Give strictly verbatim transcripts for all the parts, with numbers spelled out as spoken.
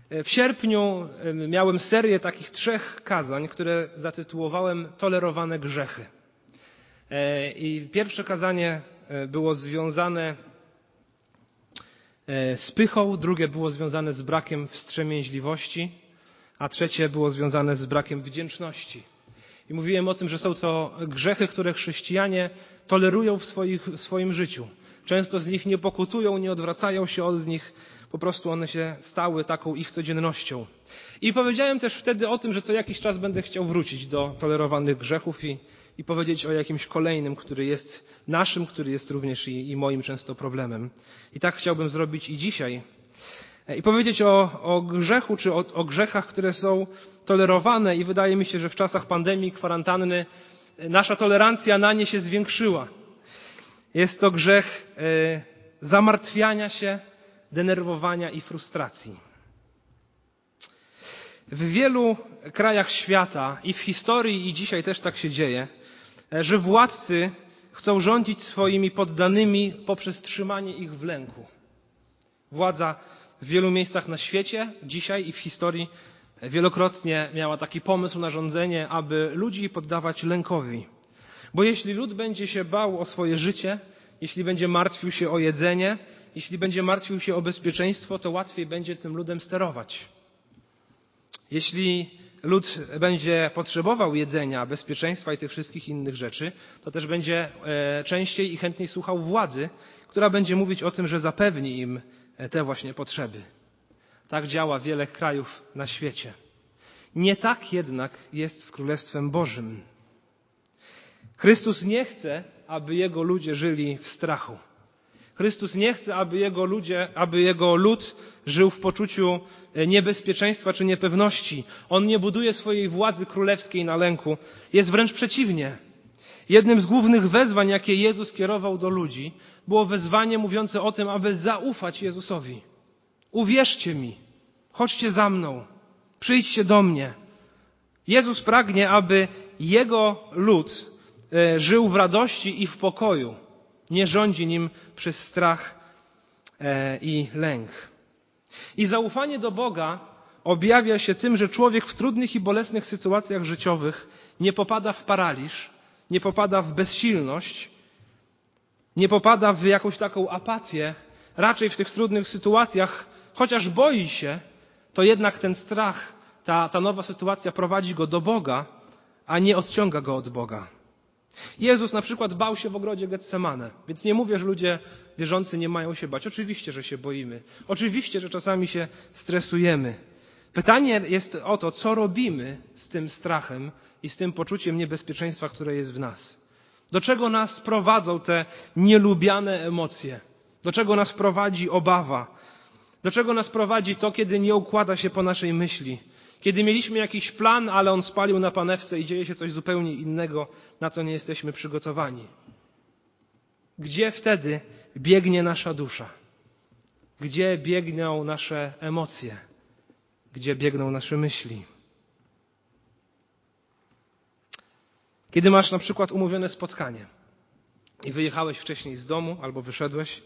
W sierpniu miałem serię takich trzech kazań, które zatytułowałem Tolerowane grzechy. I pierwsze kazanie było związane z pychą, drugie było związane z brakiem wstrzemięźliwości, a trzecie było związane z brakiem wdzięczności. I mówiłem o tym, że są to grzechy, które chrześcijanie tolerują w, swoich, w swoim życiu. Często z nich nie pokutują, nie odwracają się od nich, po prostu one się stały taką ich codziennością. I powiedziałem też wtedy o tym, że co jakiś czas będę chciał wrócić do tolerowanych grzechów i, i powiedzieć o jakimś kolejnym, który jest naszym, który jest również i, i moim często problemem. I tak chciałbym zrobić i dzisiaj. I powiedzieć o, o grzechu, czy o, o grzechach, które są tolerowane i wydaje mi się, że w czasach pandemii, kwarantanny nasza tolerancja na nie się zwiększyła. Jest to grzech y, zamartwiania się, denerwowania i frustracji. W wielu krajach świata i w historii i dzisiaj też tak się dzieje, że władcy chcą rządzić swoimi poddanymi poprzez trzymanie ich w lęku. Władza w wielu miejscach na świecie dzisiaj i w historii wielokrotnie miała taki pomysł na rządzenie, aby ludzi poddawać lękowi. Bo jeśli lud będzie się bał o swoje życie, jeśli będzie martwił się o jedzenie, jeśli będzie martwił się o bezpieczeństwo, to łatwiej będzie tym ludem sterować. Jeśli lud będzie potrzebował jedzenia, bezpieczeństwa i tych wszystkich innych rzeczy, to też będzie częściej i chętniej słuchał władzy, która będzie mówić o tym, że zapewni im te właśnie potrzeby. Tak działa wiele krajów na świecie. Nie tak jednak jest z Królestwem Bożym. Chrystus nie chce, aby Jego ludzie żyli w strachu. Chrystus nie chce, aby Jego ludzie, aby Jego lud żył w poczuciu niebezpieczeństwa czy niepewności. On nie buduje swojej władzy królewskiej na lęku. Jest wręcz przeciwnie. Jednym z głównych wezwań, jakie Jezus kierował do ludzi, było wezwanie mówiące o tym, aby zaufać Jezusowi. Uwierzcie mi, chodźcie za mną, przyjdźcie do mnie. Jezus pragnie, aby Jego lud żył w radości i w pokoju. Nie rządzi nim przez strach i lęk. I zaufanie do Boga objawia się tym, że człowiek w trudnych i bolesnych sytuacjach życiowych nie popada w paraliż, nie popada w bezsilność, nie popada w jakąś taką apatię. Raczej w tych trudnych sytuacjach, chociaż boi się, to jednak ten strach, ta, ta nowa sytuacja prowadzi go do Boga, a nie odciąga go od Boga. Jezus na przykład bał się w ogrodzie Getsemane, więc nie mówię, że ludzie wierzący nie mają się bać. Oczywiście, że się boimy. Oczywiście, że czasami się stresujemy. Pytanie jest o to, co robimy z tym strachem i z tym poczuciem niebezpieczeństwa, które jest w nas. Do czego nas prowadzą te nielubiane emocje? Do czego nas prowadzi obawa? Do czego nas prowadzi to, kiedy nie układa się po naszej myśli? Kiedy mieliśmy jakiś plan, ale on spalił na panewce i dzieje się coś zupełnie innego, na co nie jesteśmy przygotowani. Gdzie wtedy biegnie nasza dusza? Gdzie biegną nasze emocje? Gdzie biegną nasze myśli? Kiedy masz na przykład umówione spotkanie i wyjechałeś wcześniej z domu albo wyszedłeś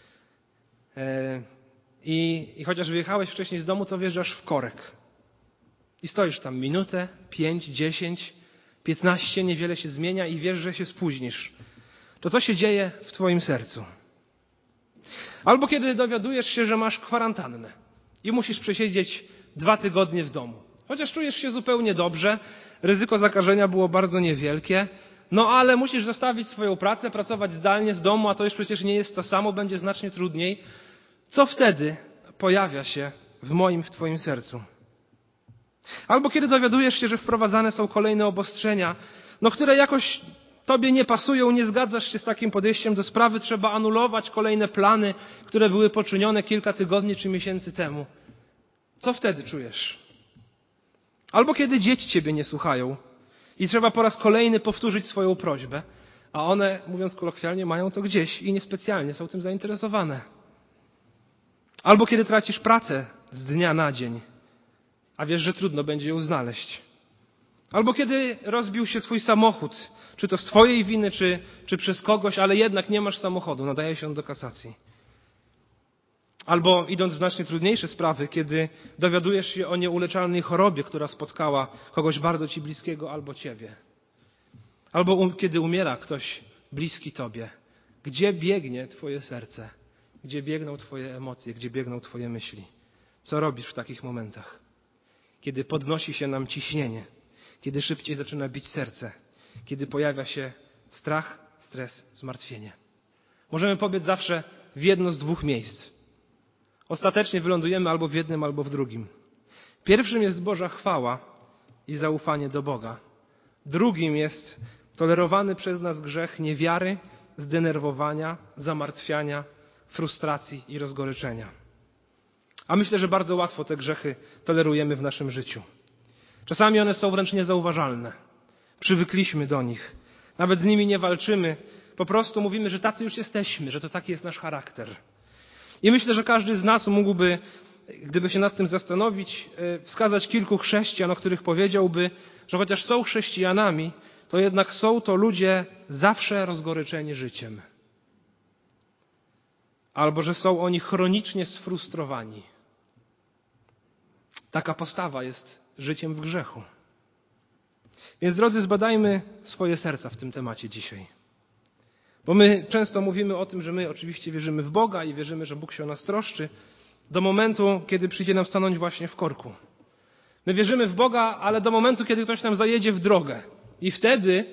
i, i chociaż wyjechałeś wcześniej z domu, to wjeżdżasz w korek. I stoisz tam minutę, pięć, dziesięć, piętnaście, niewiele się zmienia i wiesz, że się spóźnisz. To co się dzieje w twoim sercu? Albo kiedy dowiadujesz się, że masz kwarantannę i musisz przesiedzieć dwa tygodnie w domu. Chociaż czujesz się zupełnie dobrze, ryzyko zakażenia było bardzo niewielkie, no ale musisz zostawić swoją pracę, pracować zdalnie z domu, a to już przecież nie jest to samo, będzie znacznie trudniej. Co wtedy pojawia się w moim, w twoim sercu? Albo kiedy dowiadujesz się, że wprowadzane są kolejne obostrzenia, no które jakoś tobie nie pasują, nie zgadzasz się z takim podejściem do sprawy, trzeba anulować kolejne plany, które były poczynione kilka tygodni czy miesięcy temu. Co wtedy czujesz? Albo kiedy dzieci ciebie nie słuchają i trzeba po raz kolejny powtórzyć swoją prośbę, a one, mówiąc kolokwialnie, mają to gdzieś i niespecjalnie są tym zainteresowane. Albo kiedy tracisz pracę z dnia na dzień, a wiesz, że trudno będzie ją znaleźć. Albo kiedy rozbił się twój samochód, czy to z twojej winy, czy, czy przez kogoś, ale jednak nie masz samochodu, nadaje się on do kasacji. Albo idąc w znacznie trudniejsze sprawy, kiedy dowiadujesz się o nieuleczalnej chorobie, która spotkała kogoś bardzo ci bliskiego albo ciebie. Albo um, kiedy umiera ktoś bliski tobie. Gdzie biegnie twoje serce? Gdzie biegną twoje emocje? Gdzie biegną twoje myśli? Co robisz w takich momentach? Kiedy podnosi się nam ciśnienie, kiedy szybciej zaczyna bić serce, kiedy pojawia się strach, stres, zmartwienie. Możemy pobiec zawsze w jedno z dwóch miejsc. Ostatecznie wylądujemy albo w jednym, albo w drugim. Pierwszym jest Boża chwała i zaufanie do Boga. Drugim jest tolerowany przez nas grzech niewiary, zdenerwowania, zamartwiania, frustracji i rozgoryczenia. A myślę, że bardzo łatwo te grzechy tolerujemy w naszym życiu. Czasami one są wręcz niezauważalne. Przywykliśmy do nich. Nawet z nimi nie walczymy. Po prostu mówimy, że tacy już jesteśmy, że to taki jest nasz charakter. I myślę, że każdy z nas mógłby, gdyby się nad tym zastanowić, wskazać kilku chrześcijan, o których powiedziałby, że chociaż są chrześcijanami, to jednak są to ludzie zawsze rozgoryczeni życiem. Albo że są oni chronicznie sfrustrowani. Taka postawa jest życiem w grzechu. Więc drodzy, zbadajmy swoje serca w tym temacie dzisiaj. Bo my często mówimy o tym, że my oczywiście wierzymy w Boga i wierzymy, że Bóg się o nas troszczy, do momentu, kiedy przyjdzie nam stanąć właśnie w korku. My wierzymy w Boga, ale do momentu, kiedy ktoś nam zajedzie w drogę. I wtedy,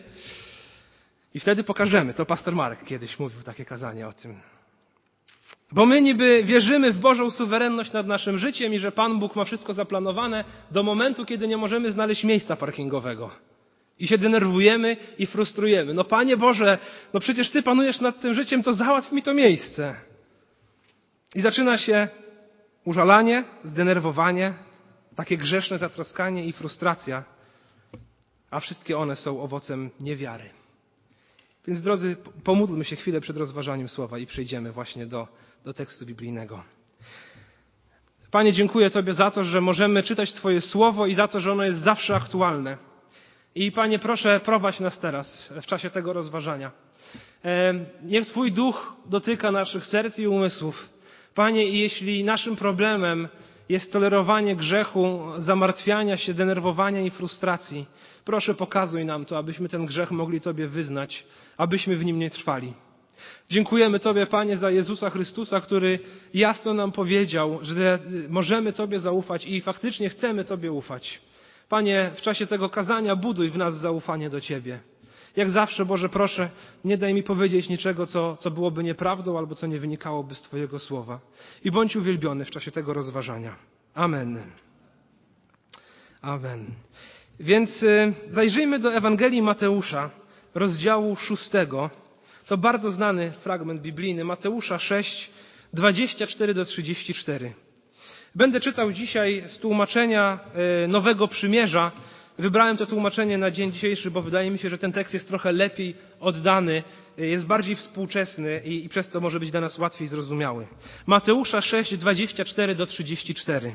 i wtedy pokażemy. To pastor Marek kiedyś mówił takie kazanie o tym. Bo my niby wierzymy w Bożą suwerenność nad naszym życiem i że Pan Bóg ma wszystko zaplanowane do momentu, kiedy nie możemy znaleźć miejsca parkingowego. I się denerwujemy i frustrujemy. No Panie Boże, no przecież Ty panujesz nad tym życiem, to załatw mi to miejsce. I zaczyna się użalanie, zdenerwowanie, takie grzeszne zatroskanie i frustracja, a wszystkie one są owocem niewiary. Więc drodzy, pomódlmy się chwilę przed rozważaniem słowa i przejdziemy właśnie do, do tekstu biblijnego. Panie, dziękuję Tobie za to, że możemy czytać Twoje słowo i za to, że ono jest zawsze aktualne. I Panie, proszę, prowadź nas teraz w czasie tego rozważania. Niech Twój duch dotyka naszych serc i umysłów. Panie, i jeśli naszym problemem jest tolerowanie grzechu, zamartwiania się, denerwowania i frustracji, proszę pokazuj nam to, abyśmy ten grzech mogli Tobie wyznać, abyśmy w nim nie trwali. Dziękujemy Tobie, Panie, za Jezusa Chrystusa, który jasno nam powiedział, że możemy Tobie zaufać i faktycznie chcemy Tobie ufać. Panie, w czasie tego kazania buduj w nas zaufanie do Ciebie. Jak zawsze, Boże, proszę, nie daj mi powiedzieć niczego, co, co byłoby nieprawdą albo co nie wynikałoby z Twojego słowa. I bądź uwielbiony w czasie tego rozważania. Amen. Amen. Więc y, zajrzyjmy do Ewangelii Mateusza, rozdziału szóstego. To bardzo znany fragment biblijny. Mateusza sześć, dwadzieścia cztery do trzydziestu czterech. Będę czytał dzisiaj z tłumaczenia Nowego Przymierza. Wybrałem to tłumaczenie na dzień dzisiejszy, bo wydaje mi się, że ten tekst jest trochę lepiej oddany, jest bardziej współczesny i, i przez to może być dla nas łatwiej zrozumiały. Mateusza sześć, dwadzieścia cztery do trzydziestu czterech.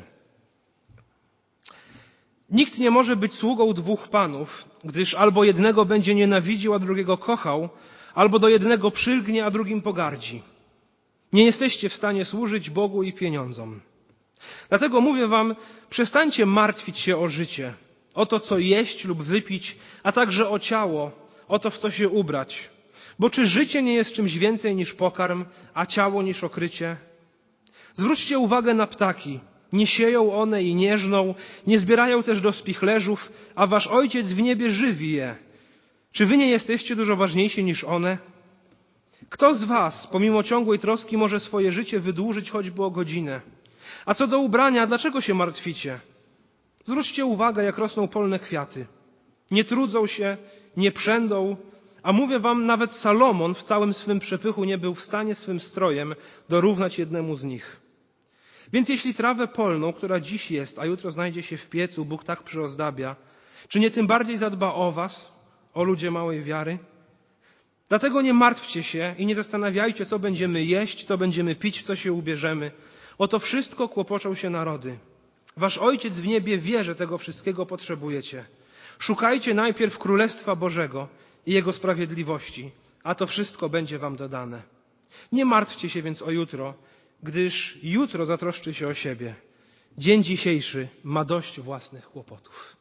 Nikt nie może być sługą dwóch panów, gdyż albo jednego będzie nienawidził, a drugiego kochał, albo do jednego przylgnie, a drugim pogardzi. Nie jesteście w stanie służyć Bogu i pieniądzom. Dlatego mówię wam, przestańcie martwić się o życie, o to, co jeść lub wypić, a także o ciało, o to, w co się ubrać. Bo czy życie nie jest czymś więcej niż pokarm, a ciało niż okrycie? Zwróćcie uwagę na ptaki. Nie sieją one i nie żną, nie zbierają też do spichlerzów, a wasz Ojciec w niebie żywi je. Czy wy nie jesteście dużo ważniejsi niż one? Kto z was, pomimo ciągłej troski, może swoje życie wydłużyć choćby o godzinę? A co do ubrania, dlaczego się martwicie? Zwróćcie uwagę, jak rosną polne kwiaty. Nie trudzą się, nie przędą, a mówię wam, nawet Salomon w całym swym przepychu nie był w stanie swym strojem dorównać jednemu z nich. Więc jeśli trawę polną, która dziś jest, a jutro znajdzie się w piecu, Bóg tak przyozdabia, czy nie tym bardziej zadba o was, o ludzie małej wiary? Dlatego nie martwcie się i nie zastanawiajcie, co będziemy jeść, co będziemy pić, w co się ubierzemy. O to wszystko kłopoczą się narody. Wasz Ojciec w niebie wie, że tego wszystkiego potrzebujecie. Szukajcie najpierw Królestwa Bożego i Jego sprawiedliwości, a to wszystko będzie wam dodane. Nie martwcie się więc o jutro, gdyż jutro zatroszczy się o siebie. Dzień dzisiejszy ma dość własnych kłopotów.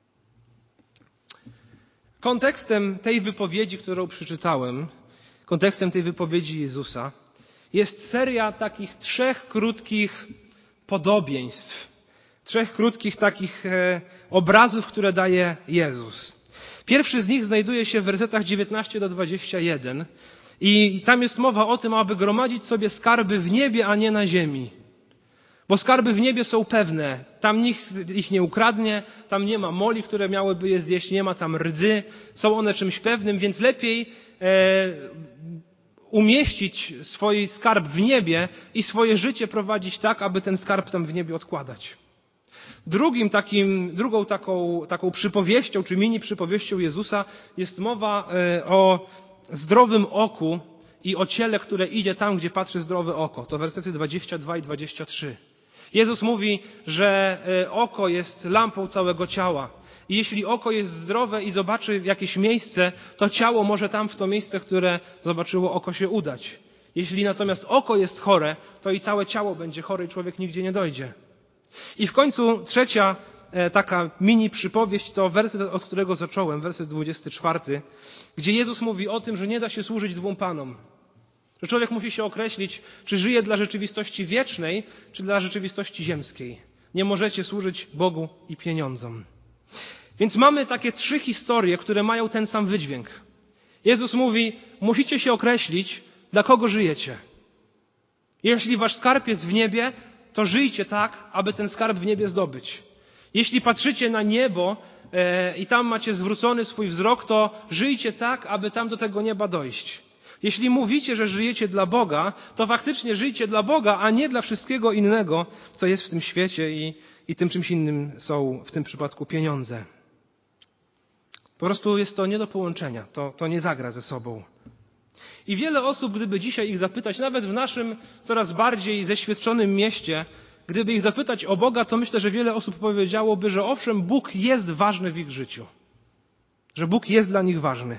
Kontekstem tej wypowiedzi, którą przeczytałem, kontekstem tej wypowiedzi Jezusa jest seria takich trzech krótkich podobieństw, trzech krótkich takich e, obrazów, które daje Jezus. Pierwszy z nich znajduje się w wersetach dziewiętnaście do dwudziestego pierwszego i tam jest mowa o tym, aby gromadzić sobie skarby w niebie, a nie na ziemi. Bo skarby w niebie są pewne. Tam nikt ich nie ukradnie, tam nie ma moli, które miałyby je zjeść, nie ma tam rdzy. Są one czymś pewnym, więc lepiej e, umieścić swój skarb w niebie i swoje życie prowadzić tak, aby ten skarb tam w niebie odkładać. Drugim takim, drugą taką, taką przypowieścią, czy mini przypowieścią Jezusa jest mowa e, o zdrowym oku i o ciele, które idzie tam, gdzie patrzy zdrowe oko. To wersety dwudziesty drugi i dwudziesty trzeci. Jezus mówi, że oko jest lampą całego ciała. I jeśli oko jest zdrowe i zobaczy jakieś miejsce, to ciało może tam w to miejsce, które zobaczyło oko, się udać. Jeśli natomiast oko jest chore, to i całe ciało będzie chore i człowiek nigdzie nie dojdzie. I w końcu trzecia taka mini przypowieść to werset, od którego zacząłem, werset dwudziesty czwarty, gdzie Jezus mówi o tym, że nie da się służyć dwóm panom. Że człowiek musi się określić, czy żyje dla rzeczywistości wiecznej, czy dla rzeczywistości ziemskiej. Nie możecie służyć Bogu i pieniądzom. Więc mamy takie trzy historie, które mają ten sam wydźwięk. Jezus mówi, musicie się określić, dla kogo żyjecie. Jeśli wasz skarb jest w niebie, to żyjcie tak, aby ten skarb w niebie zdobyć. Jeśli patrzycie na niebo e, i tam macie zwrócony swój wzrok, to żyjcie tak, aby tam do tego nieba dojść. Jeśli mówicie, że żyjecie dla Boga, to faktycznie żyjcie dla Boga, a nie dla wszystkiego innego, co jest w tym świecie i, i tym czymś innym są w tym przypadku pieniądze. Po prostu jest to nie do połączenia, to, to nie zagra ze sobą. I wiele osób, gdyby dzisiaj ich zapytać, nawet w naszym coraz bardziej zeświadczonym mieście, gdyby ich zapytać o Boga, to myślę, że wiele osób powiedziałoby, że owszem, Bóg jest ważny w ich życiu. Że Bóg jest dla nich ważny.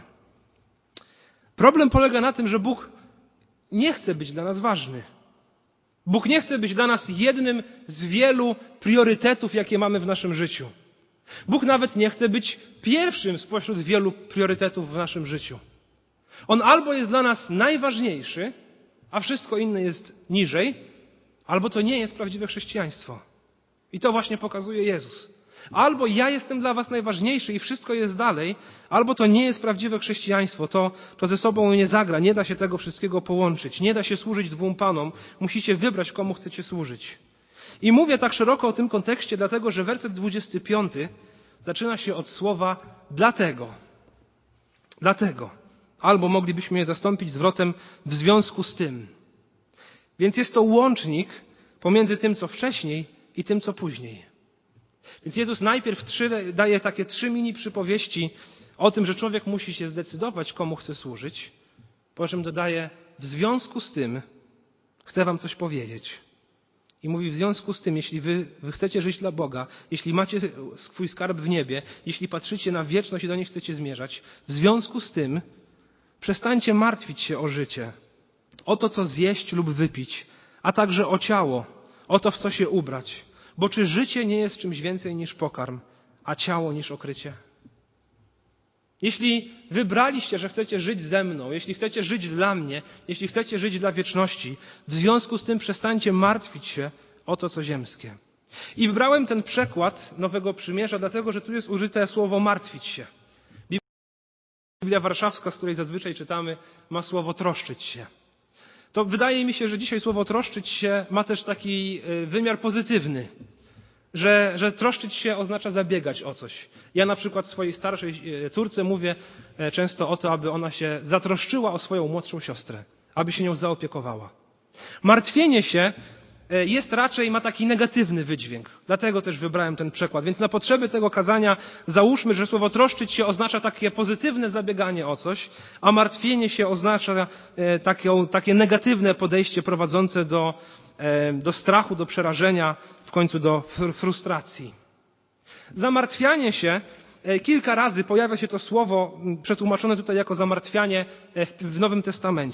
Problem polega na tym, że Bóg nie chce być dla nas ważny. Bóg nie chce być dla nas jednym z wielu priorytetów, jakie mamy w naszym życiu. Bóg nawet nie chce być pierwszym spośród wielu priorytetów w naszym życiu. On albo jest dla nas najważniejszy, a wszystko inne jest niżej, albo to nie jest prawdziwe chrześcijaństwo. I to właśnie pokazuje Jezus. Albo ja jestem dla was najważniejszy i wszystko jest dalej, albo to nie jest prawdziwe chrześcijaństwo. To, to ze sobą nie zagra, nie da się tego wszystkiego połączyć. Nie da się służyć dwóm panom. Musicie wybrać, komu chcecie służyć. I mówię tak szeroko o tym kontekście, dlatego że werset dwudziesty piąty zaczyna się od słowa dlatego. Dlatego. Albo moglibyśmy je zastąpić zwrotem w związku z tym. Więc jest to łącznik pomiędzy tym, co wcześniej i tym, co później. Więc Jezus najpierw trzy, daje takie trzy mini przypowieści o tym, że człowiek musi się zdecydować, komu chce służyć. Po czym dodaje, w związku z tym chcę wam coś powiedzieć. I mówi, w związku z tym, jeśli wy, wy chcecie żyć dla Boga, jeśli macie swój skarb w niebie, jeśli patrzycie na wieczność i do niej chcecie zmierzać, w związku z tym przestańcie martwić się o życie, o to, co zjeść lub wypić, a także o ciało, o to, w co się ubrać. Bo czy życie nie jest czymś więcej niż pokarm, a ciało niż okrycie? Jeśli wybraliście, że chcecie żyć ze mną, jeśli chcecie żyć dla mnie, jeśli chcecie żyć dla wieczności, w związku z tym przestańcie martwić się o to, co ziemskie. I wybrałem ten przekład Nowego Przymierza, dlatego że tu jest użyte słowo martwić się. Biblia Warszawska, z której zazwyczaj czytamy, ma słowo troszczyć się. To wydaje mi się, że dzisiaj słowo troszczyć się ma też taki wymiar pozytywny, że, że troszczyć się oznacza zabiegać o coś. Ja na przykład swojej starszej córce mówię często o to, aby ona się zatroszczyła o swoją młodszą siostrę, aby się nią zaopiekowała. Martwienie się jest raczej, ma taki negatywny wydźwięk. Dlatego też wybrałem ten przekład. Więc na potrzeby tego kazania załóżmy, że słowo troszczyć się oznacza takie pozytywne zabieganie o coś, a martwienie się oznacza takie, takie negatywne podejście prowadzące do, do strachu, do przerażenia, w końcu do frustracji. Zamartwianie się, kilka razy pojawia się to słowo przetłumaczone tutaj jako zamartwianie w Nowym Testamencie.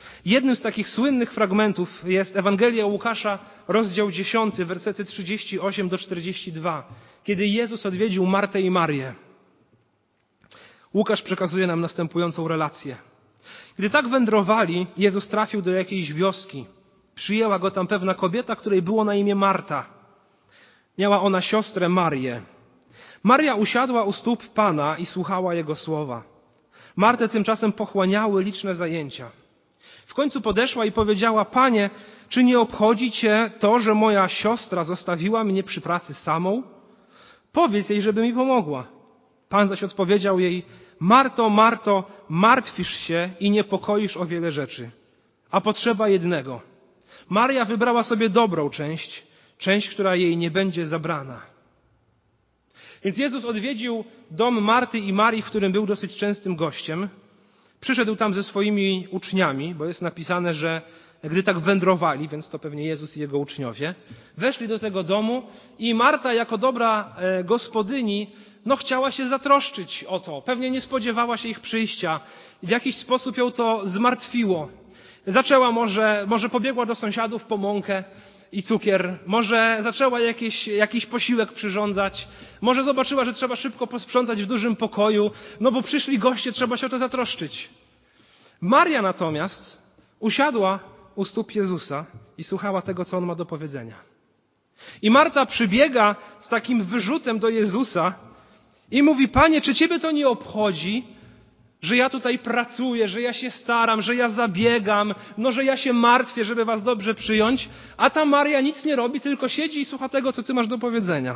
Jednym z takich słynnych fragmentów jest Ewangelia Łukasza, rozdział dziesiąty, wersety trzydzieści osiem do czterdziestu dwóch, kiedy Jezus odwiedził Martę i Marię. Łukasz przekazuje nam następującą relację. Gdy tak wędrowali, Jezus trafił do jakiejś wioski. Przyjęła go tam pewna kobieta, której było na imię Marta. Miała ona siostrę Marię. Maria usiadła u stóp Pana i słuchała Jego słowa. Martę tymczasem pochłaniały liczne zajęcia. W końcu podeszła i powiedziała: Panie, czy nie obchodzi Cię to, że moja siostra zostawiła mnie przy pracy samą? Powiedz jej, żeby mi pomogła. Pan zaś odpowiedział jej: Marto, Marto, martwisz się i niepokoisz o wiele rzeczy, a potrzeba jednego. Maria wybrała sobie dobrą część, część, która jej nie będzie zabrana. Więc Jezus odwiedził dom Marty i Marii, w którym był dosyć częstym gościem. Przyszedł tam ze swoimi uczniami, bo jest napisane, że gdy tak wędrowali, więc to pewnie Jezus i Jego uczniowie, weszli do tego domu i Marta jako dobra gospodyni no chciała się zatroszczyć o to. Pewnie nie spodziewała się ich przyjścia. W jakiś sposób ją to zmartwiło. Zaczęła może, może pobiegła do sąsiadów po mąkę i cukier. Może zaczęła jakieś, jakiś posiłek przyrządzać. Może zobaczyła, że trzeba szybko posprzątać w dużym pokoju. No bo przyszli goście, trzeba się o to zatroszczyć. Maria natomiast usiadła u stóp Jezusa i słuchała tego, co On ma do powiedzenia. I Marta przybiega z takim wyrzutem do Jezusa i mówi: Panie, czy Ciebie to nie obchodzi, że ja tutaj pracuję, że ja się staram, że ja zabiegam, no że ja się martwię, żeby Was dobrze przyjąć, a ta Maria nic nie robi, tylko siedzi i słucha tego, co Ty masz do powiedzenia.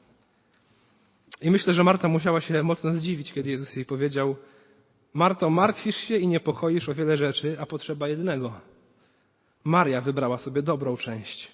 I myślę, że Marta musiała się mocno zdziwić, kiedy Jezus jej powiedział: Marto, martwisz się i niepokoisz o wiele rzeczy, a potrzeba jednego. Maria wybrała sobie dobrą część.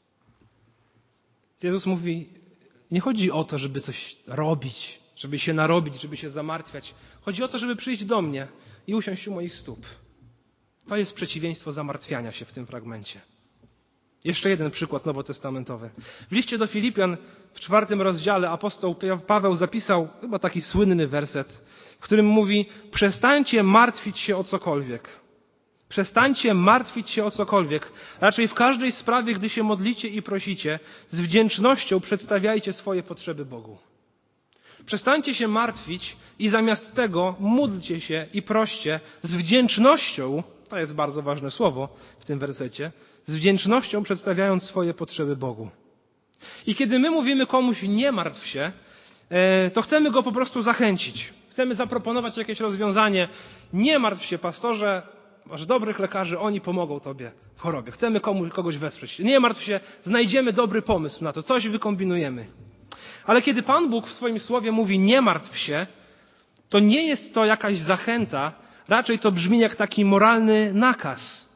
Jezus mówi: nie chodzi o to, żeby coś robić, żeby się narobić, żeby się zamartwiać. Chodzi o to, żeby przyjść do mnie i usiąść u moich stóp. To jest przeciwieństwo zamartwiania się w tym fragmencie. Jeszcze jeden przykład nowotestamentowy. W liście do Filipian w czwartym rozdziale apostoł Paweł zapisał chyba taki słynny werset, w którym mówi: przestańcie martwić się o cokolwiek. Przestańcie martwić się o cokolwiek. Raczej w każdej sprawie, gdy się modlicie i prosicie, z wdzięcznością przedstawiajcie swoje potrzeby Bogu. Przestańcie się martwić i zamiast tego módlcie się i proście z wdzięcznością, to jest bardzo ważne słowo w tym wersecie, z wdzięcznością przedstawiając swoje potrzeby Bogu. I kiedy my mówimy komuś nie martw się, to chcemy go po prostu zachęcić. Chcemy zaproponować jakieś rozwiązanie. Nie martw się, pastorze, masz dobrych lekarzy, oni pomogą tobie w chorobie. Chcemy komuś, kogoś wesprzeć. Nie martw się, znajdziemy dobry pomysł na to, coś wykombinujemy. Ale kiedy Pan Bóg w swoim słowie mówi nie martw się, to nie jest to jakaś zachęta, raczej to brzmi jak taki moralny nakaz.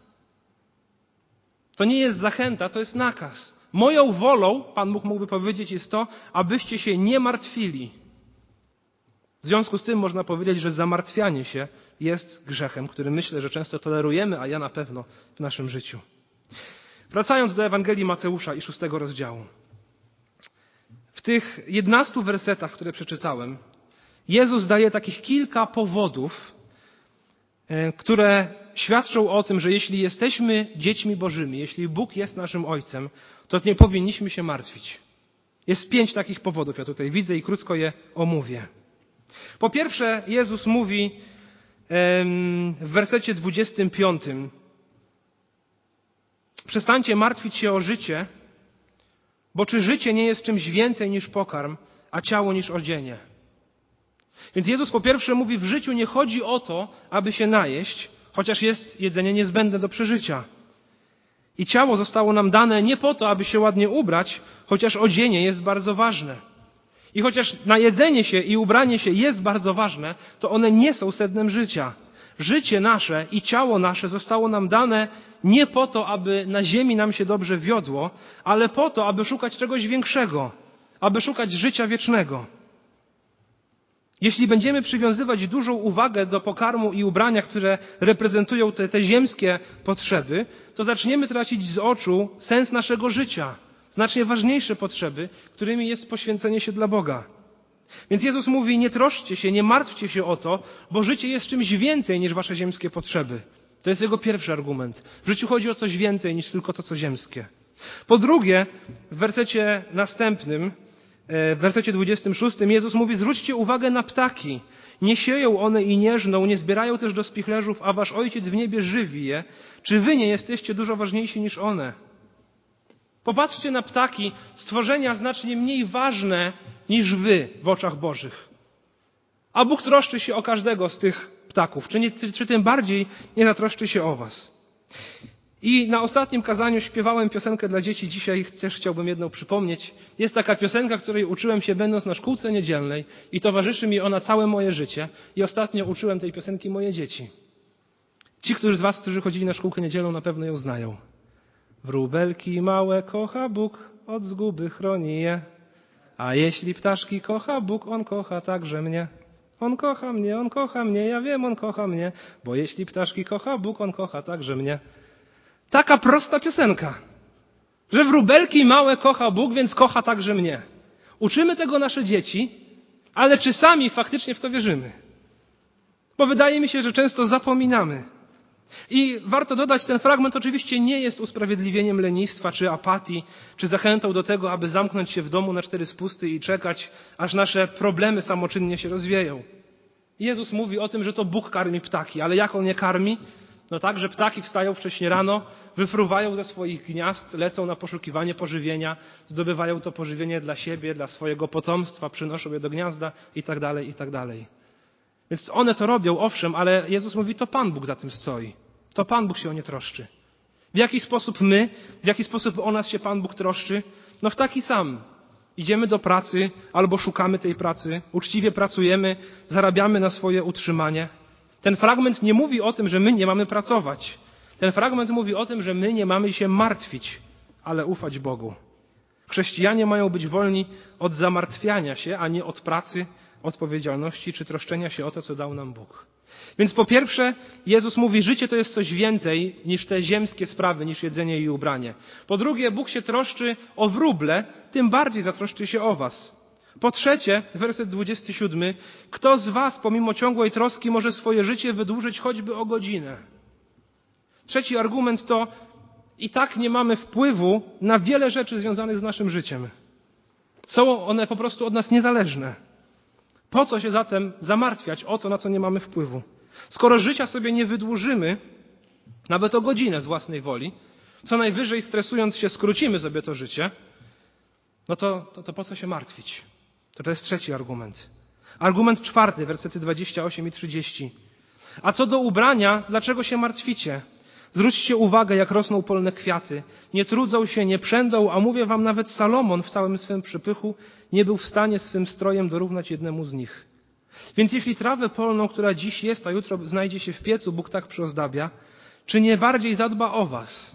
To nie jest zachęta, to jest nakaz. Moją wolą, Pan Bóg mógłby powiedzieć, jest to, abyście się nie martwili. W związku z tym można powiedzieć, że zamartwianie się jest grzechem, który myślę, że często tolerujemy, a ja na pewno w naszym życiu. Wracając do Ewangelii Mateusza i szóstego rozdziału. W tych jedenastu wersetach, które przeczytałem, Jezus daje takich kilka powodów, które świadczą o tym, że jeśli jesteśmy dziećmi Bożymi, jeśli Bóg jest naszym Ojcem, to nie powinniśmy się martwić. Jest pięć takich powodów, ja tutaj widzę i krótko je omówię. Po pierwsze, Jezus mówi w wersecie dwudziestym piątym: przestańcie martwić się o życie, bo czy życie nie jest czymś więcej niż pokarm, a ciało niż odzienie. Więc Jezus po pierwsze mówi, w życiu nie chodzi o to, aby się najeść, chociaż jest jedzenie niezbędne do przeżycia. I ciało zostało nam dane nie po to, aby się ładnie ubrać, chociaż odzienie jest bardzo ważne. I chociaż najedzenie się i ubranie się jest bardzo ważne, to one nie są sednem życia. Życie nasze i ciało nasze zostało nam dane nie po to, aby na ziemi nam się dobrze wiodło, ale po to, aby szukać czegoś większego, aby szukać życia wiecznego. Jeśli będziemy przywiązywać dużą uwagę do pokarmu i ubrania, które reprezentują te, te ziemskie potrzeby, to zaczniemy tracić z oczu sens naszego życia. Znacznie ważniejsze potrzeby, którymi jest poświęcenie się dla Boga. Więc Jezus mówi, nie troszczcie się, nie martwcie się o to, bo życie jest czymś więcej niż wasze ziemskie potrzeby. To jest jego pierwszy argument. W życiu chodzi o coś więcej niż tylko to, co ziemskie. Po drugie, w wersecie następnym, w wersecie dwudziestym szóstym Jezus mówi: zwróćcie uwagę na ptaki. Nie sieją one i nie żną, nie zbierają też do spichlerzów, a wasz Ojciec w niebie żywi je. Czy wy nie jesteście dużo ważniejsi niż one? Popatrzcie na ptaki, stworzenia znacznie mniej ważne niż wy w oczach Bożych. A Bóg troszczy się o każdego z tych ptaków. Czy, nie, czy tym bardziej nie zatroszczy się o was? I na ostatnim kazaniu śpiewałem piosenkę dla dzieci. Dzisiaj też chciałbym jedną przypomnieć. Jest taka piosenka, której uczyłem się będąc na szkółce niedzielnej i towarzyszy mi ona całe moje życie. I ostatnio uczyłem tej piosenki moje dzieci. Ci, którzy z was, którzy chodzili na szkółkę niedzielną, na pewno ją znają. Wróbelki małe kocha Bóg, od zguby chroni je. A jeśli ptaszki kocha Bóg, On kocha także mnie. On kocha mnie, On kocha mnie, ja wiem, On kocha mnie. Bo jeśli ptaszki kocha Bóg, On kocha także mnie. Taka prosta piosenka, że wróbelki małe kocha Bóg, więc kocha także mnie. Uczymy tego nasze dzieci, ale czy sami faktycznie w to wierzymy? Bo wydaje mi się, że często zapominamy. I warto dodać, ten fragment oczywiście nie jest usprawiedliwieniem lenistwa, czy apatii, czy zachętą do tego, aby zamknąć się w domu na cztery spusty i czekać, aż nasze problemy samoczynnie się rozwieją. Jezus mówi o tym, że to Bóg karmi ptaki, ale jak On je karmi? No tak, że ptaki wstają wcześnie rano, wyfruwają ze swoich gniazd, lecą na poszukiwanie pożywienia, zdobywają to pożywienie dla siebie, dla swojego potomstwa, przynoszą je do gniazda i tak dalej, i tak dalej. Więc one to robią, owszem, ale Jezus mówi, to Pan Bóg za tym stoi. To Pan Bóg się o nie troszczy. W jaki sposób my, w jaki sposób o nas się Pan Bóg troszczy? No w taki sam. Idziemy do pracy albo szukamy tej pracy, uczciwie pracujemy, zarabiamy na swoje utrzymanie. Ten fragment nie mówi o tym, że my nie mamy pracować. Ten fragment mówi o tym, że my nie mamy się martwić, ale ufać Bogu. Chrześcijanie mają być wolni od zamartwiania się, a nie od pracy, odpowiedzialności czy troszczenia się o to, co dał nam Bóg. Więc po pierwsze, Jezus mówi, życie to jest coś więcej niż te ziemskie sprawy, niż jedzenie i ubranie. Po drugie, Bóg się troszczy o wróble, tym bardziej zatroszczy się o was. Po trzecie, werset dwudziesty siódmy, kto z was pomimo ciągłej troski może swoje życie wydłużyć choćby o godzinę? Trzeci argument to, i tak nie mamy wpływu na wiele rzeczy związanych z naszym życiem. Są one po prostu od nas niezależne. Po co się zatem zamartwiać o to, na co nie mamy wpływu? Skoro życia sobie nie wydłużymy, nawet o godzinę z własnej woli, co najwyżej stresując się skrócimy sobie to życie, no to, to, to po co się martwić? To, to jest trzeci argument. Argument czwarty, wersety dwadzieścia osiem i trzydzieści. A co do ubrania, dlaczego się martwicie? Zwróćcie uwagę, jak rosną polne kwiaty. Nie trudzą się, nie przędą, a mówię wam, nawet Salomon w całym swym przypychu nie był w stanie swym strojem dorównać jednemu z nich. Więc jeśli trawę polną, która dziś jest, a jutro znajdzie się w piecu, Bóg tak przyozdabia, czy nie bardziej zadba o was?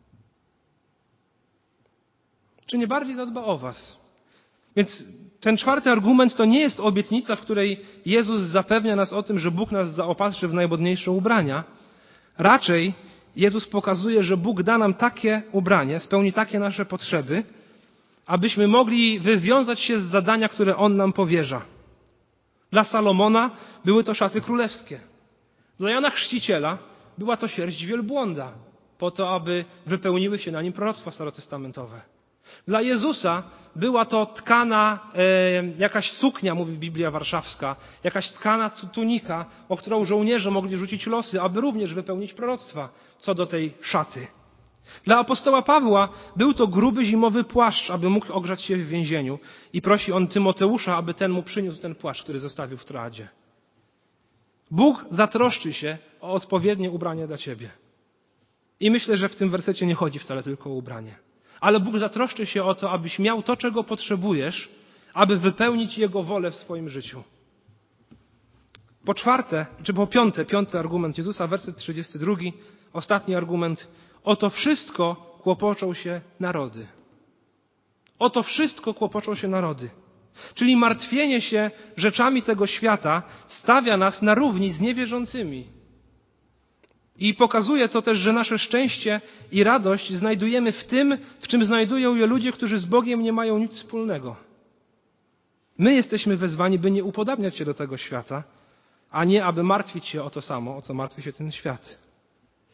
Czy nie bardziej zadba o was? Więc ten czwarty argument to nie jest obietnica, w której Jezus zapewnia nas o tym, że Bóg nas zaopatrzy w najmodniejsze ubrania. Raczej Jezus pokazuje, że Bóg da nam takie ubranie, spełni takie nasze potrzeby, abyśmy mogli wywiązać się z zadania, które On nam powierza. Dla Salomona były to szaty królewskie. Dla Jana Chrzciciela była to sierść wielbłąda, po to, aby wypełniły się na nim proroctwa starotestamentowe. Dla Jezusa była to tkana e, jakaś suknia, mówi Biblia Warszawska, jakaś tkana tunika, o którą żołnierze mogli rzucić losy, aby również wypełnić proroctwa co do tej szaty. Dla apostoła Pawła był to gruby zimowy płaszcz, aby mógł ogrzać się w więzieniu i prosi on Tymoteusza, aby ten mu przyniósł ten płaszcz, który zostawił w Troadzie. Bóg zatroszczy się o odpowiednie ubranie dla ciebie. I myślę, że w tym wersecie nie chodzi wcale tylko o ubranie. Ale Bóg zatroszczy się o to, abyś miał to, czego potrzebujesz, aby wypełnić Jego wolę w swoim życiu. Po czwarte, czy po piąte, piąty argument Jezusa, werset trzydziesty drugi, ostatni argument. O to wszystko kłopoczą się narody. O to wszystko kłopoczą się narody. Czyli martwienie się rzeczami tego świata stawia nas na równi z niewierzącymi. I pokazuje to też, że nasze szczęście i radość znajdujemy w tym, w czym znajdują je ludzie, którzy z Bogiem nie mają nic wspólnego. My jesteśmy wezwani, by nie upodabniać się do tego świata, a nie aby martwić się o to samo, o co martwi się ten świat.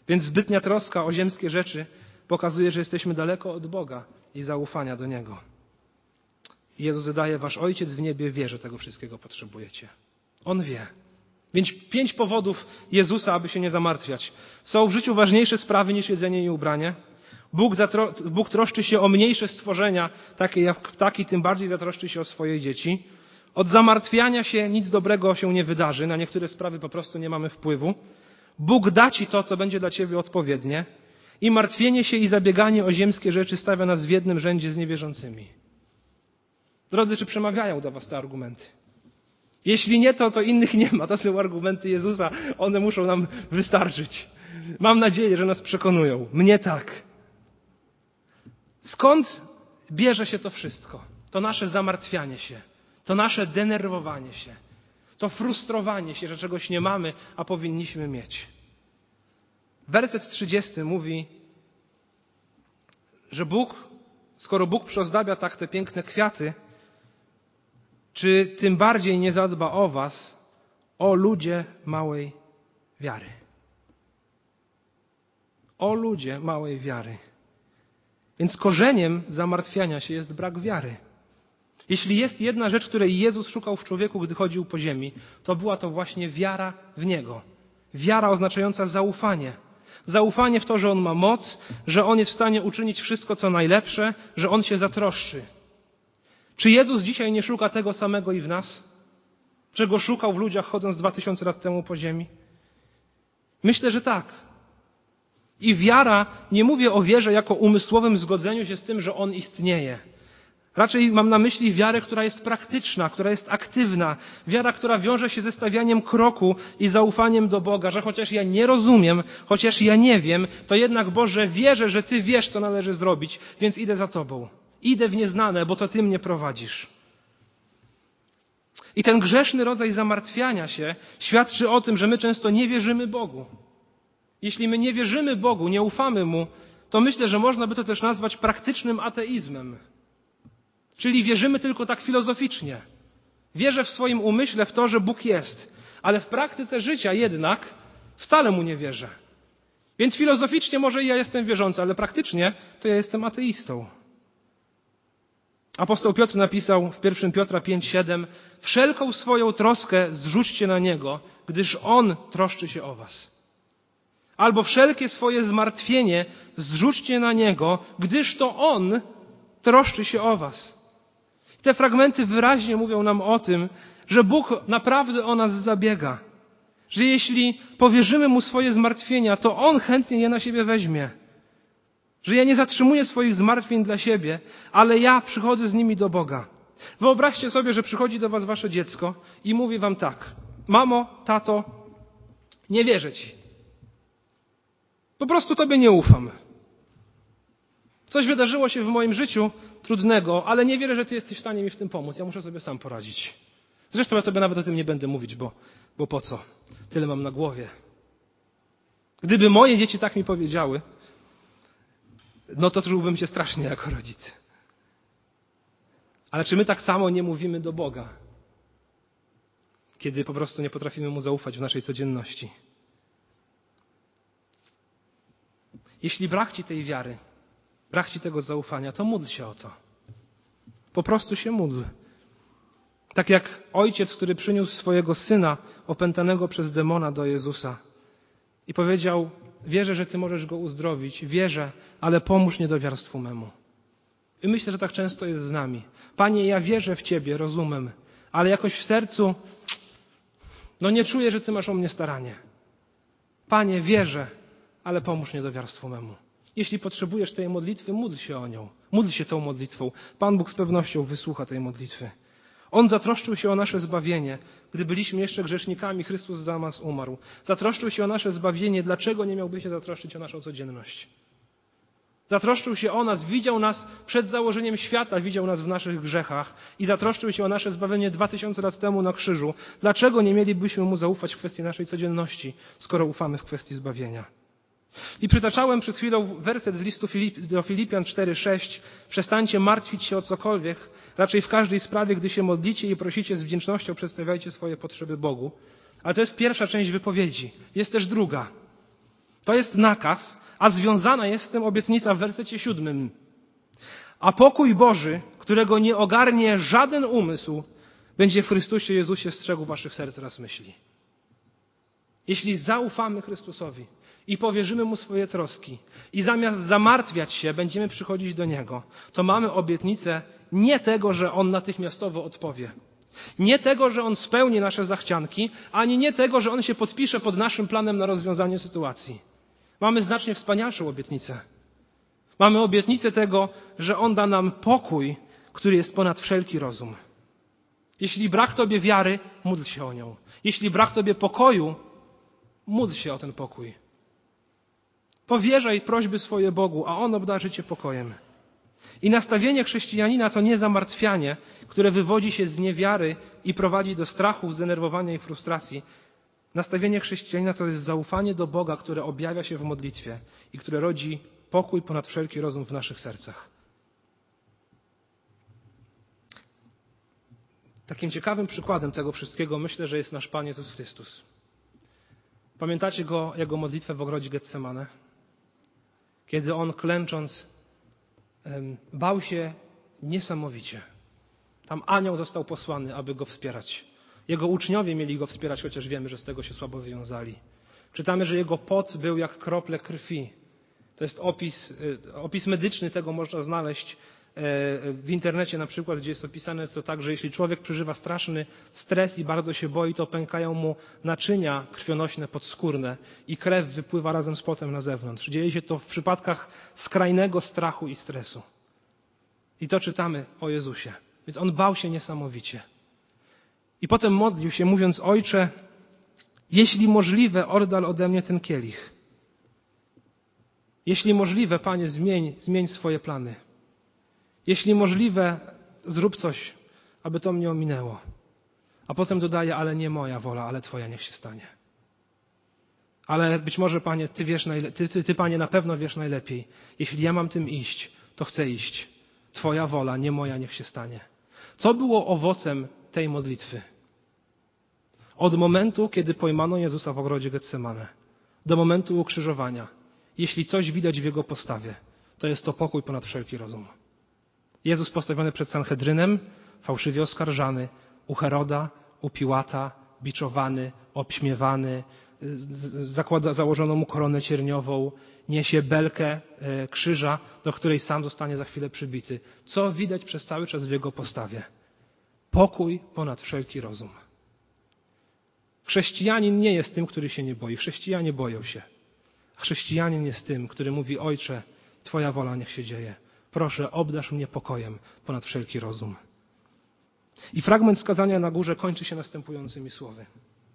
Więc zbytnia troska o ziemskie rzeczy pokazuje, że jesteśmy daleko od Boga i zaufania do Niego. I Jezus dodaje, wasz Ojciec w niebie wie, że tego wszystkiego potrzebujecie. On wie. Więc pięć powodów Jezusa, aby się nie zamartwiać. Są w życiu ważniejsze sprawy niż jedzenie i ubranie. Bóg, zatro- Bóg troszczy się o mniejsze stworzenia, takie jak ptaki, tym bardziej zatroszczy się o swoje dzieci. Od zamartwiania się nic dobrego się nie wydarzy. Na niektóre sprawy po prostu nie mamy wpływu. Bóg da ci to, co będzie dla ciebie odpowiednie. I martwienie się i zabieganie o ziemskie rzeczy stawia nas w jednym rzędzie z niewierzącymi. Drodzy, czy przemawiają do was te argumenty? Jeśli nie, to, to innych nie ma. To są argumenty Jezusa. One muszą nam wystarczyć. Mam nadzieję, że nas przekonują. Mnie tak. Skąd bierze się to wszystko? To nasze zamartwianie się. To nasze denerwowanie się. To frustrowanie się, że czegoś nie mamy, a powinniśmy mieć. Werset trzydziesty mówi, że Bóg, skoro Bóg przeozdabia tak te piękne kwiaty, czy tym bardziej nie zadba o was, o ludzie małej wiary. O ludzie małej wiary. Więc korzeniem zamartwiania się jest brak wiary. Jeśli jest jedna rzecz, której Jezus szukał w człowieku, gdy chodził po ziemi, to była to właśnie wiara w Niego. Wiara oznaczająca zaufanie. Zaufanie w to, że On ma moc, że On jest w stanie uczynić wszystko, co najlepsze, że On się zatroszczy. Czy Jezus dzisiaj nie szuka tego samego i w nas? Czego szukał w ludziach, chodząc dwa tysiące lat temu po ziemi? Myślę, że tak. I wiara, nie mówię o wierze jako umysłowym zgodzeniu się z tym, że On istnieje. Raczej mam na myśli wiarę, która jest praktyczna, która jest aktywna. Wiara, która wiąże się ze stawianiem kroku i zaufaniem do Boga, że chociaż ja nie rozumiem, chociaż ja nie wiem, to jednak Boże wierzę, że Ty wiesz, co należy zrobić, więc idę za Tobą. Idę w nieznane, bo to Ty mnie prowadzisz. I ten grzeszny rodzaj zamartwiania się świadczy o tym, że my często nie wierzymy Bogu. Jeśli my nie wierzymy Bogu, nie ufamy Mu, to myślę, że można by to też nazwać praktycznym ateizmem. Czyli wierzymy tylko tak filozoficznie. Wierzę w swoim umyśle w to, że Bóg jest, ale w praktyce życia jednak wcale Mu nie wierzę. Więc filozoficznie może ja jestem wierzący, ale praktycznie to ja jestem ateistą. Apostoł Piotr napisał w pierwszym Piotra pięć siedem: wszelką swoją troskę zrzućcie na Niego, gdyż On troszczy się o was. Albo wszelkie swoje zmartwienie zrzućcie na Niego, gdyż to On troszczy się o was. Te fragmenty wyraźnie mówią nam o tym, że Bóg naprawdę o nas zabiega. Że jeśli powierzymy Mu swoje zmartwienia, to On chętnie je na siebie weźmie. Że ja nie zatrzymuję swoich zmartwień dla siebie, ale ja przychodzę z nimi do Boga. Wyobraźcie sobie, że przychodzi do was wasze dziecko i mówi wam tak: mamo, tato, nie wierzę ci. Po prostu tobie nie ufam. Coś wydarzyło się w moim życiu trudnego, ale nie wierzę, że ty jesteś w stanie mi w tym pomóc. Ja muszę sobie sam poradzić. Zresztą ja tobie nawet o tym nie będę mówić, bo, bo po co? Tyle mam na głowie. Gdyby moje dzieci tak mi powiedziały, no to czułbym się strasznie jako rodzic. Ale czy my tak samo nie mówimy do Boga, kiedy po prostu nie potrafimy Mu zaufać w naszej codzienności? Jeśli brak ci tej wiary, brak ci tego zaufania, to módl się o to. Po prostu się módl. Tak jak ojciec, który przyniósł swojego syna opętanego przez demona do Jezusa i powiedział: wierzę, że Ty możesz go uzdrowić, wierzę, ale pomóż niedowiarstwu memu. I myślę, że tak często jest z nami. Panie, ja wierzę w Ciebie, rozumiem, ale jakoś w sercu no nie czuję, że Ty masz o mnie staranie. Panie, wierzę, ale pomóż niedowiarstwu memu. Jeśli potrzebujesz tej modlitwy, módl się o nią. Módl się tą modlitwą. Pan Bóg z pewnością wysłucha tej modlitwy. On zatroszczył się o nasze zbawienie. Gdy byliśmy jeszcze grzesznikami, Chrystus za nas umarł. Zatroszczył się o nasze zbawienie. Dlaczego nie miałby się zatroszczyć o naszą codzienność? Zatroszczył się o nas, widział nas przed założeniem świata, widział nas w naszych grzechach i zatroszczył się o nasze zbawienie dwa tysiące lat temu na krzyżu. Dlaczego nie mielibyśmy Mu zaufać w kwestii naszej codzienności, skoro ufamy w kwestii zbawienia? I przytaczałem przed chwilą werset z listu Filip, do Filipian cztery sześć. Przestańcie martwić się o cokolwiek, raczej w każdej sprawie, gdy się modlicie i prosicie, z wdzięcznością przedstawiajcie swoje potrzeby Bogu. Ale to jest pierwsza część wypowiedzi. Jest też druga. To jest nakaz, a związana jest z tym obietnica w wersecie siódmym. A pokój Boży, którego nie ogarnie żaden umysł, będzie w Chrystusie Jezusie strzegł waszych serc oraz myśli. Jeśli zaufamy Chrystusowi i powierzymy Mu swoje troski i zamiast zamartwiać się, będziemy przychodzić do Niego, to mamy obietnicę nie tego, że On natychmiastowo odpowie. Nie tego, że On spełni nasze zachcianki, ani nie tego, że On się podpisze pod naszym planem na rozwiązanie sytuacji. Mamy znacznie wspanialszą obietnicę. Mamy obietnicę tego, że On da nam pokój, który jest ponad wszelki rozum. Jeśli brak Tobie wiary, módl się o nią. Jeśli brak Tobie pokoju, módl się o ten pokój. Powierzaj prośby swoje Bogu, a On obdarzy Cię pokojem. I nastawienie chrześcijanina to nie zamartwianie, które wywodzi się z niewiary i prowadzi do strachu, zdenerwowania i frustracji. Nastawienie chrześcijanina to jest zaufanie do Boga, które objawia się w modlitwie i które rodzi pokój ponad wszelki rozum w naszych sercach. Takim ciekawym przykładem tego wszystkiego myślę, że jest nasz Pan Jezus Chrystus. Pamiętacie Go, Jego modlitwę w ogrodzie Getsemane? Kiedy On klęcząc bał się niesamowicie. Tam anioł został posłany, aby Go wspierać. Jego uczniowie mieli Go wspierać, chociaż wiemy, że z tego się słabo wywiązali. Czytamy, że Jego pot był jak krople krwi. To jest opis, opis medyczny, tego można znaleźć w internecie na przykład, gdzie jest opisane to tak, że jeśli człowiek przeżywa straszny stres i bardzo się boi, to pękają mu naczynia krwionośne podskórne i krew wypływa razem z potem na zewnątrz. Dzieje się to w przypadkach skrajnego strachu i stresu. I to czytamy o Jezusie. Więc On bał się niesamowicie. I potem modlił się, mówiąc: Ojcze, jeśli możliwe, oddal ode mnie ten kielich. Jeśli możliwe, Panie, zmień, zmień swoje plany. Jeśli możliwe, zrób coś, aby to mnie ominęło. A potem dodaje: ale nie moja wola, ale Twoja niech się stanie. Ale być może, Panie, Ty wiesz, najle- ty, ty, ty, Panie, na pewno wiesz najlepiej. Jeśli ja mam tym iść, to chcę iść. Twoja wola, nie moja, niech się stanie. Co było owocem tej modlitwy? Od momentu, kiedy pojmano Jezusa w ogrodzie Getsemane, do momentu ukrzyżowania, jeśli coś widać w Jego postawie, to jest to pokój ponad wszelki rozum. Jezus postawiony przed Sanhedrynem, fałszywie oskarżany, u Heroda, u Piłata, biczowany, obśmiewany, zakłada, założono mu koronę cierniową, niesie belkę e, krzyża, do której sam zostanie za chwilę przybity. Co widać przez cały czas w Jego postawie? Pokój ponad wszelki rozum. Chrześcijanin nie jest tym, który się nie boi. Chrześcijanie boją się. Chrześcijanin jest tym, który mówi: Ojcze, Twoja wola niech się dzieje. Proszę, obdarz mnie pokojem ponad wszelki rozum. I fragment skazania na górze kończy się następującymi słowy.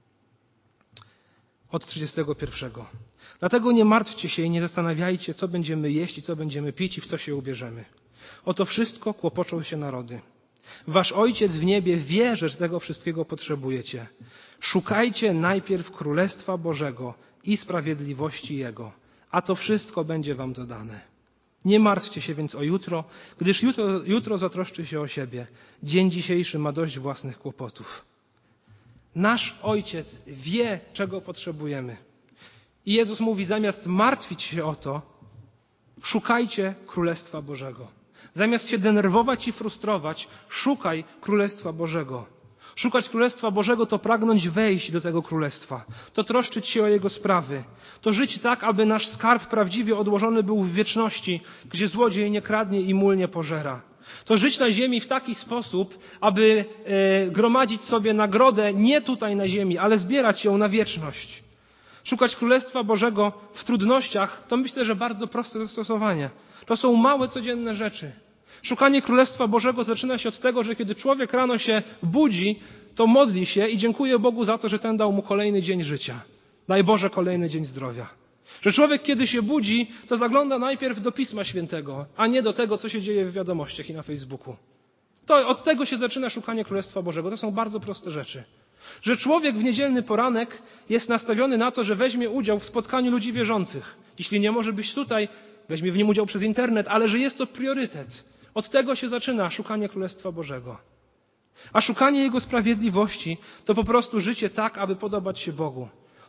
Od trzydziestego pierwszego. Dlatego nie martwcie się i nie zastanawiajcie, co będziemy jeść i co będziemy pić i w co się ubierzemy. O to wszystko kłopoczą się narody. Wasz Ojciec w niebie wie, że tego wszystkiego potrzebujecie. Szukajcie najpierw Królestwa Bożego i sprawiedliwości Jego, a to wszystko będzie wam dodane. Nie martwcie się więc o jutro, gdyż jutro, jutro zatroszczy się o siebie. Dzień dzisiejszy ma dość własnych kłopotów. Nasz Ojciec wie, czego potrzebujemy. I Jezus mówi, zamiast martwić się o to, szukajcie Królestwa Bożego. Zamiast się denerwować i frustrować, szukaj Królestwa Bożego. Szukać Królestwa Bożego to pragnąć wejść do tego Królestwa. To troszczyć się o Jego sprawy. To żyć tak, aby nasz skarb prawdziwie odłożony był w wieczności, gdzie złodziej nie kradnie i mól nie pożera. To żyć na ziemi w taki sposób, aby e, gromadzić sobie nagrodę nie tutaj na ziemi, ale zbierać ją na wieczność. Szukać Królestwa Bożego w trudnościach to myślę, że bardzo proste zastosowanie. To są małe, codzienne rzeczy. Szukanie Królestwa Bożego zaczyna się od tego, że kiedy człowiek rano się budzi, to modli się i dziękuje Bogu za to, że ten dał mu kolejny dzień życia. Daj Boże kolejny dzień zdrowia. Że człowiek, kiedy się budzi, to zagląda najpierw do Pisma Świętego, a nie do tego, co się dzieje w wiadomościach i na Facebooku. To od tego się zaczyna szukanie Królestwa Bożego. To są bardzo proste rzeczy. Że człowiek w niedzielny poranek jest nastawiony na to, że weźmie udział w spotkaniu ludzi wierzących. Jeśli nie może być tutaj, weźmie w nim udział przez internet, ale że jest to priorytet. Od tego się zaczyna szukanie Królestwa Bożego. A szukanie Jego sprawiedliwości to po prostu życie tak, aby podobać się Bogu.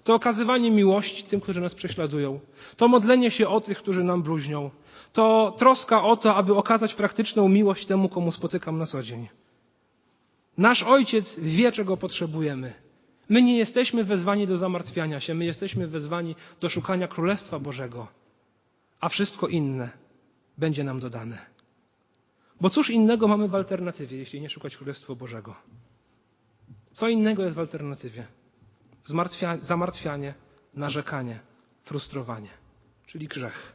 to okazywanie miłości tym, którzy nas prześladują, to modlenie się o tych, którzy nam bluźnią, to troska o to, aby okazać praktyczną miłość temu, komu spotykam na co dzień. Nasz Ojciec wie, czego potrzebujemy. My nie jesteśmy wezwani do zamartwiania się, my jesteśmy wezwani do szukania Królestwa Bożego, a wszystko inne będzie nam dodane. Bo cóż innego mamy w alternatywie, jeśli nie szukać Królestwa Bożego? Co innego jest w alternatywie? Zmartwia- zamartwianie, narzekanie, frustrowanie, czyli grzech.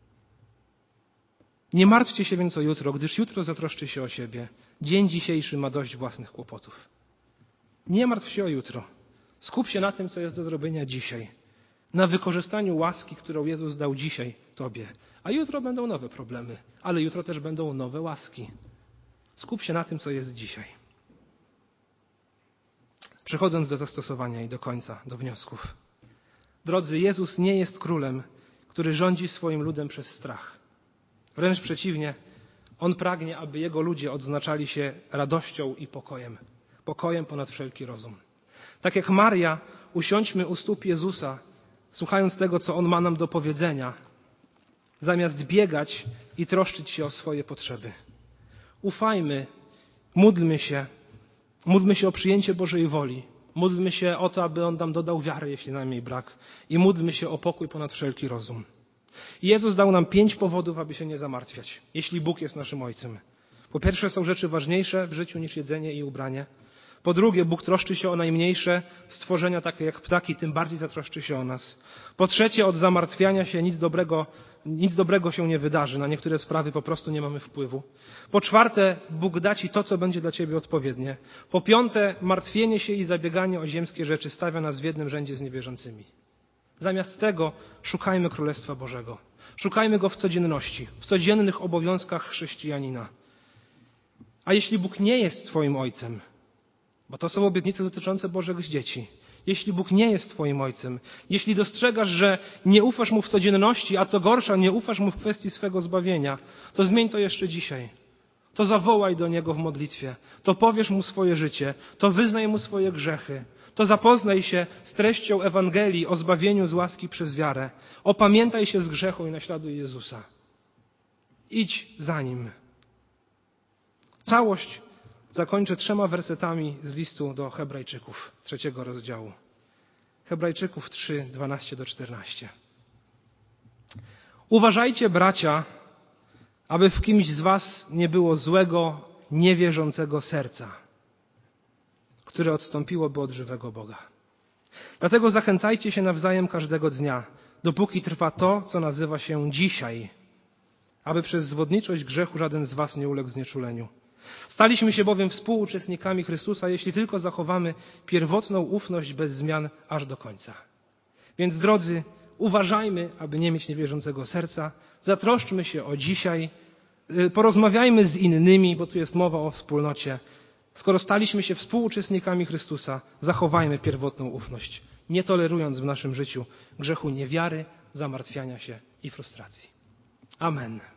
Nie martwcie się więc o jutro, gdyż jutro zatroszczy się o siebie. Dzień dzisiejszy ma dość własnych kłopotów. Nie martw się o jutro. Skup się na tym, co jest do zrobienia dzisiaj. Na wykorzystaniu łaski, którą Jezus dał dzisiaj Tobie. A jutro będą nowe problemy, ale jutro też będą nowe łaski. Skup się na tym, co jest dzisiaj. Przechodząc do zastosowania i do końca, do wniosków. Drodzy, Jezus nie jest królem, który rządzi swoim ludem przez strach. Wręcz przeciwnie, On pragnie, aby Jego ludzie odznaczali się radością i pokojem. Pokojem ponad wszelki rozum. Tak jak Maria, usiądźmy u stóp Jezusa, słuchając tego, co On ma nam do powiedzenia, zamiast biegać i troszczyć się o swoje potrzeby. Ufajmy, módlmy się, módlmy się o przyjęcie Bożej woli, módlmy się o to, aby On nam dodał wiary, jeśli nam jej brak, i módlmy się o pokój ponad wszelki rozum. Jezus dał nam pięć powodów, aby się nie zamartwiać, jeśli Bóg jest naszym Ojcem. Po pierwsze, są rzeczy ważniejsze w życiu niż jedzenie i ubranie. Po drugie, Bóg troszczy się o najmniejsze stworzenia, takie jak ptaki, tym bardziej zatroszczy się o nas. Po trzecie, od zamartwiania się nic dobrego, nic dobrego się nie wydarzy. Na niektóre sprawy po prostu nie mamy wpływu. Po czwarte, Bóg da Ci to, co będzie dla Ciebie odpowiednie. Po piąte, martwienie się i zabieganie o ziemskie rzeczy stawia nas w jednym rzędzie z niewierzącymi. Zamiast tego szukajmy Królestwa Bożego. Szukajmy Go w codzienności, w codziennych obowiązkach chrześcijanina. A jeśli Bóg nie jest Twoim Ojcem, bo to są obietnice dotyczące Bożych dzieci. Jeśli Bóg nie jest Twoim Ojcem, jeśli dostrzegasz, że nie ufasz Mu w codzienności, a co gorsza, nie ufasz Mu w kwestii swego zbawienia, to zmień to jeszcze dzisiaj. To zawołaj do Niego w modlitwie, to powiesz Mu swoje życie, to wyznaj Mu swoje grzechy, to zapoznaj się z treścią Ewangelii o zbawieniu z łaski przez wiarę. Opamiętaj się z grzechu i naśladuj Jezusa. Idź za Nim. Całość zakończę trzema wersetami z listu do Hebrajczyków, trzeciego rozdziału. Hebrajczyków trzy, dwanaście do czternastu. Uważajcie, bracia, aby w kimś z was nie było złego, niewierzącego serca, które odstąpiłoby od żywego Boga. Dlatego zachęcajcie się nawzajem każdego dnia, dopóki trwa to, co nazywa się dzisiaj, aby przez zwodniczość grzechu żaden z was nie uległ znieczuleniu. Staliśmy się bowiem współuczestnikami Chrystusa, jeśli tylko zachowamy pierwotną ufność bez zmian aż do końca. Więc drodzy, uważajmy, aby nie mieć niewierzącego serca, zatroszczmy się o dzisiaj, porozmawiajmy z innymi, bo tu jest mowa o wspólnocie. Skoro staliśmy się współuczestnikami Chrystusa, zachowajmy pierwotną ufność, nie tolerując w naszym życiu grzechu niewiary, zamartwiania się i frustracji. Amen.